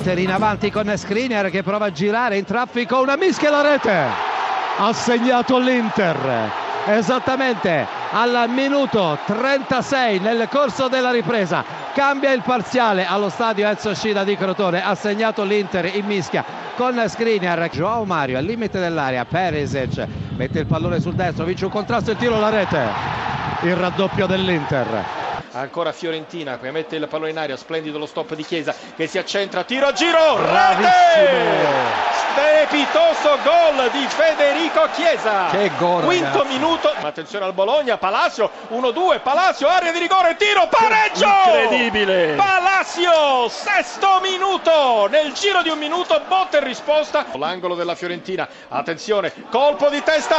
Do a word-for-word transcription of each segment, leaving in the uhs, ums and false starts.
l'Inter in avanti con Skriniar che prova a girare in traffico, una mischia e la rete. Ha segnato l'Inter esattamente al minuto trentasei nel corso della ripresa. Cambia il parziale allo stadio Enzo Scida di Crotone. Ha segnato l'Inter in mischia con Skriniar. Joao Mario al limite dell'area, Perisic mette il pallone sul destro, vince un contrasto, il tiro, la rete, il raddoppio dell'Inter. Ancora Fiorentina che mette il pallone in aria, splendido lo stop di Chiesa che si accentra, tiro a giro, rete! Strepitoso gol di Federico Chiesa. Che gol, quinto ragazzi. minuto. Attenzione al Bologna, Palacio, uno due, Palacio, area di rigore, tiro, pareggio! Incredibile! Palacio, sesto minuto, nel giro di un minuto, botta e risposta. L'angolo della Fiorentina, attenzione, colpo di testa,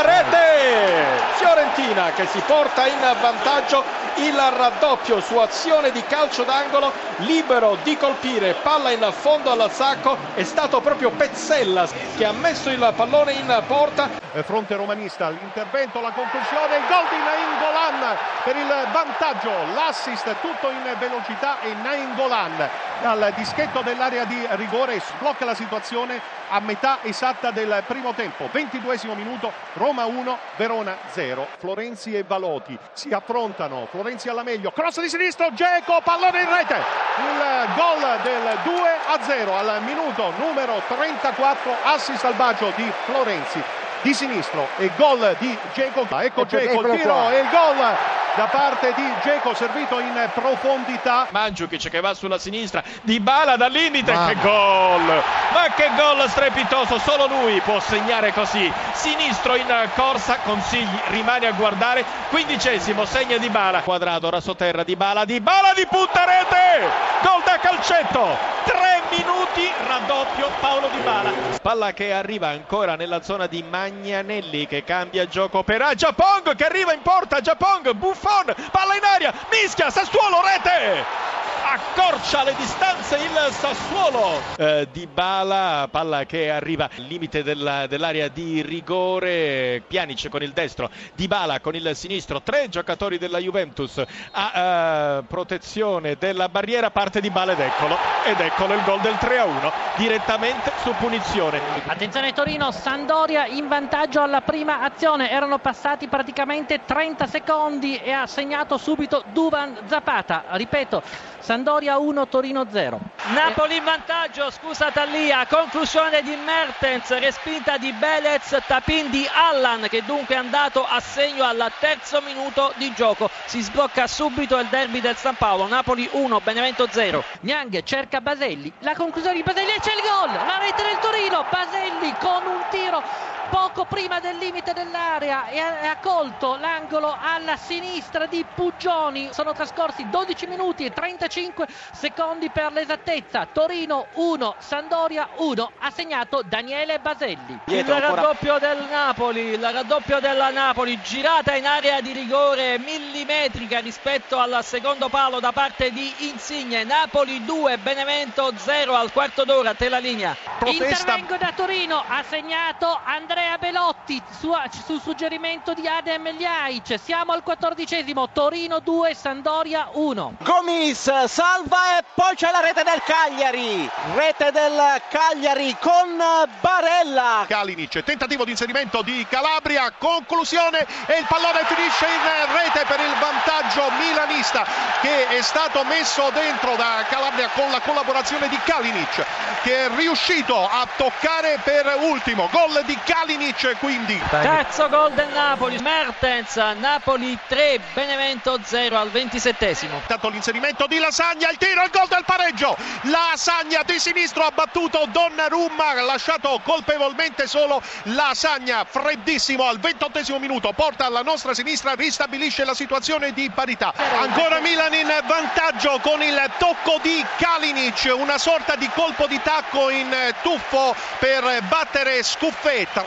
rete! Fiorentina che si porta in vantaggio, il raddoppio su azione di calcio d'angolo, libero di colpire, palla in fondo al sacco, è stato proprio Pezzella che ha messo il pallone in porta. Fronte romanista, l'intervento, la conclusione, il gol di Nainggolan per il vantaggio, l'assist tutto in velocità e Nainggolan dal dischetto dell'area di rigore sblocca la situazione a metà esatta del primo tempo. ventiduesimo minuto, Roma uno, Verona zero. Florenzi e Valoti si affrontano, Florenzi alla meglio, cross di sinistro, Dzeko, pallone in rete, il gol del due a zero al minuto numero trentaquattro, assist al bacio di Florenzi di sinistro e gol di Dzeko. Ecco Dzeko, il tiro e il gol da parte di Dzeko servito in profondità. Mandžukić che va sulla sinistra, Dybala dal limite, ah. Che gol! Ma che gol strepitoso, solo lui può segnare così. Sinistro in corsa, consigli, rimane a guardare. Quindicesimo, segna Dybala. Quadrato, rasoterra, Dybala, Dybala di punta rete! Gol da calcetto! Tre minuti, raddoppio Paolo Dybala. Palla che arriva ancora nella zona di Magnanelli che cambia gioco per Ajapong che arriva in porta, Ajapong, Buffon, palla in aria, mischia, Sassuolo, rete! Accorcia le distanze il Sassuolo. eh, Dybala, palla che arriva al limite della, dell'area di rigore, Pjanic con il destro, Dybala con il sinistro, tre giocatori della Juventus a uh, protezione della barriera, parte Dybala ed eccolo ed eccolo il gol del tre a uno direttamente su punizione. Attenzione Torino, Sampdoria in vantaggio alla prima azione, erano passati praticamente trenta secondi e ha segnato subito Duvan Zapata. Ripeto, Sampdoria uno, Torino zero. Napoli in vantaggio, scusa Tallia, conclusione di Mertens, respinta di Belez, tapin di Allan che dunque è andato a segno al terzo minuto di gioco. Si sblocca subito il derby del San Paolo, Napoli uno, Benevento zero. Niang cerca Baselli, la conclusione di Baselli e c'è il gol, la rete del Torino, Baselli con un tiro poco prima del limite dell'area e ha, ha colto l'angolo alla sinistra di Puggioni. Sono trascorsi dodici minuti e trentacinque secondi per l'esattezza. Torino uno, Sampdoria uno, ha segnato Daniele Baselli. Il raddoppio del Napoli, il raddoppio della Napoli, girata in area di rigore millimetrica rispetto al secondo palo da parte di Insigne. Napoli due, Benevento zero al quarto d'ora, te la linea. Protesta. Intervengo da Torino, ha segnato Andrea Belotti su, su suggerimento di Adem Ljajic. Siamo al quattordicesimo, Torino due, Sampdoria uno. Gomis salva e poi c'è la rete del Cagliari, rete del Cagliari con Barella. Kalinic, tentativo di inserimento di Calabria, conclusione e il pallone finisce in rete per il vantaggio milanista che è stato messo dentro da Calabria con la collaborazione di Kalinic che è riuscito a toccare per ultimo. Gol di Kalinic quindi. Terzo gol del Napoli, Mertens, Napoli tre, Benevento zero al ventisettesimo. Tanto l'inserimento di Lasagna, il tiro, il gol del pareggio. Lasagna di sinistro ha battuto Donnarumma, ha lasciato colpevolmente solo Lasagna, freddissimo al ventottesimo minuto, porta alla nostra sinistra, ristabilisce la situazione di parità. Ancora Milan in vantaggio con il tocco di Kalinic, una sorta di colpo di tacco in tuffo per battere Scuffè.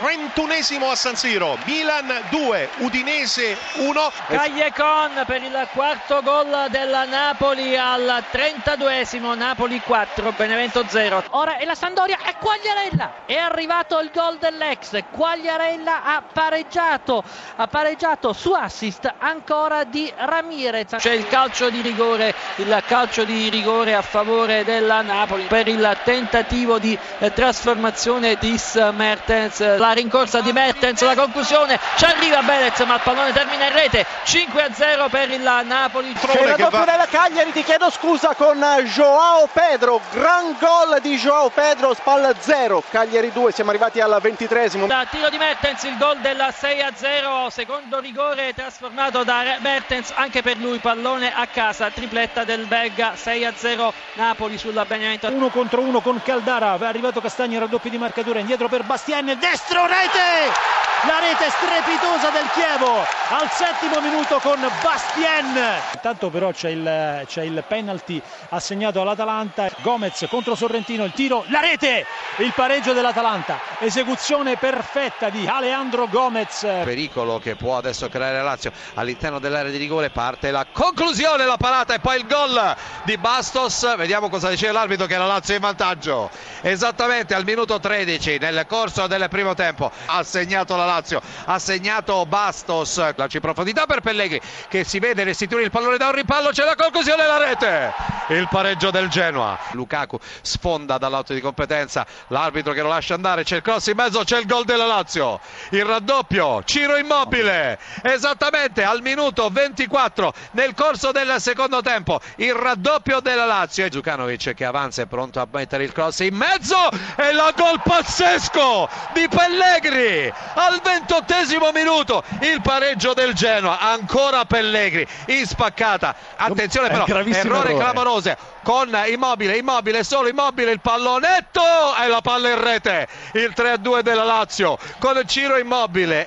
trentunesimo a San Siro, Milan due, Udinese uno. Callecon per il quarto gol della Napoli al trentaduesimo, Napoli quattro, Benevento zero. Ora è la Sampdoria e Quagliarella, è arrivato il gol dell'ex, Quagliarella ha pareggiato, ha pareggiato su assist ancora di Ramirez. C'è il calcio di rigore, il calcio di rigore a favore della Napoli per il tentativo di eh, trasformazione di Mertens, la rincorsa di Mertens, la conclusione, ci arriva Belez ma il pallone termina in rete, cinque a zero per il Napoli. C'è il raddoppio della Cagliari, ti chiedo scusa, con Joao Pedro, gran gol di Joao Pedro, Spal zero, Cagliari due, siamo arrivati al ventitreesimo. Da tiro di Mertens il gol del sei a zero, secondo rigore trasformato da Mertens, anche per lui pallone a casa, tripletta del belga, sei a zero Napoli sulla Benevento. Uno contro uno con Caldara, è arrivato Castagno, raddoppio di marcatura, indietro per Bastien, destro, rete! La rete strepitosa del Chievo al settimo minuto con Bastien. Intanto però c'è il, c'è il penalty assegnato all'Atalanta. Gomez contro Sorrentino, il tiro, la rete, il pareggio dell'Atalanta, esecuzione perfetta di Alejandro Gomez. Pericolo che può adesso creare Lazio all'interno dell'area di rigore, parte la conclusione, la parata e poi il gol di Bastos. Vediamo cosa dice l'arbitro, che la Lazio è in vantaggio esattamente al minuto tredici nel corso del primo tempo. Ha segnato la Lazio, ha segnato Bastos, lancio in profondità per Pellegrini che si vede restituire il pallone da un rimpallo, c'è la conclusione e la rete, il pareggio del Genoa. Lukaku sfonda dall'auto di competenza, l'arbitro che lo lascia andare, c'è il cross in mezzo, c'è il gol della Lazio, il raddoppio, Ciro Immobile esattamente al minuto ventiquattro nel corso del secondo tempo, il raddoppio della Lazio. Djukanovic che avanza, è pronto a mettere il cross in mezzo e la gol pazzesco di Pellegrini al ventottesimo minuto, il pareggio del Genoa, ancora Pellegrini in spaccata, attenzione però, errore, errore clamoroso con Immobile, Immobile, solo Immobile, il pallonetto e la palla in rete, il tre a due della Lazio con Ciro Immobile.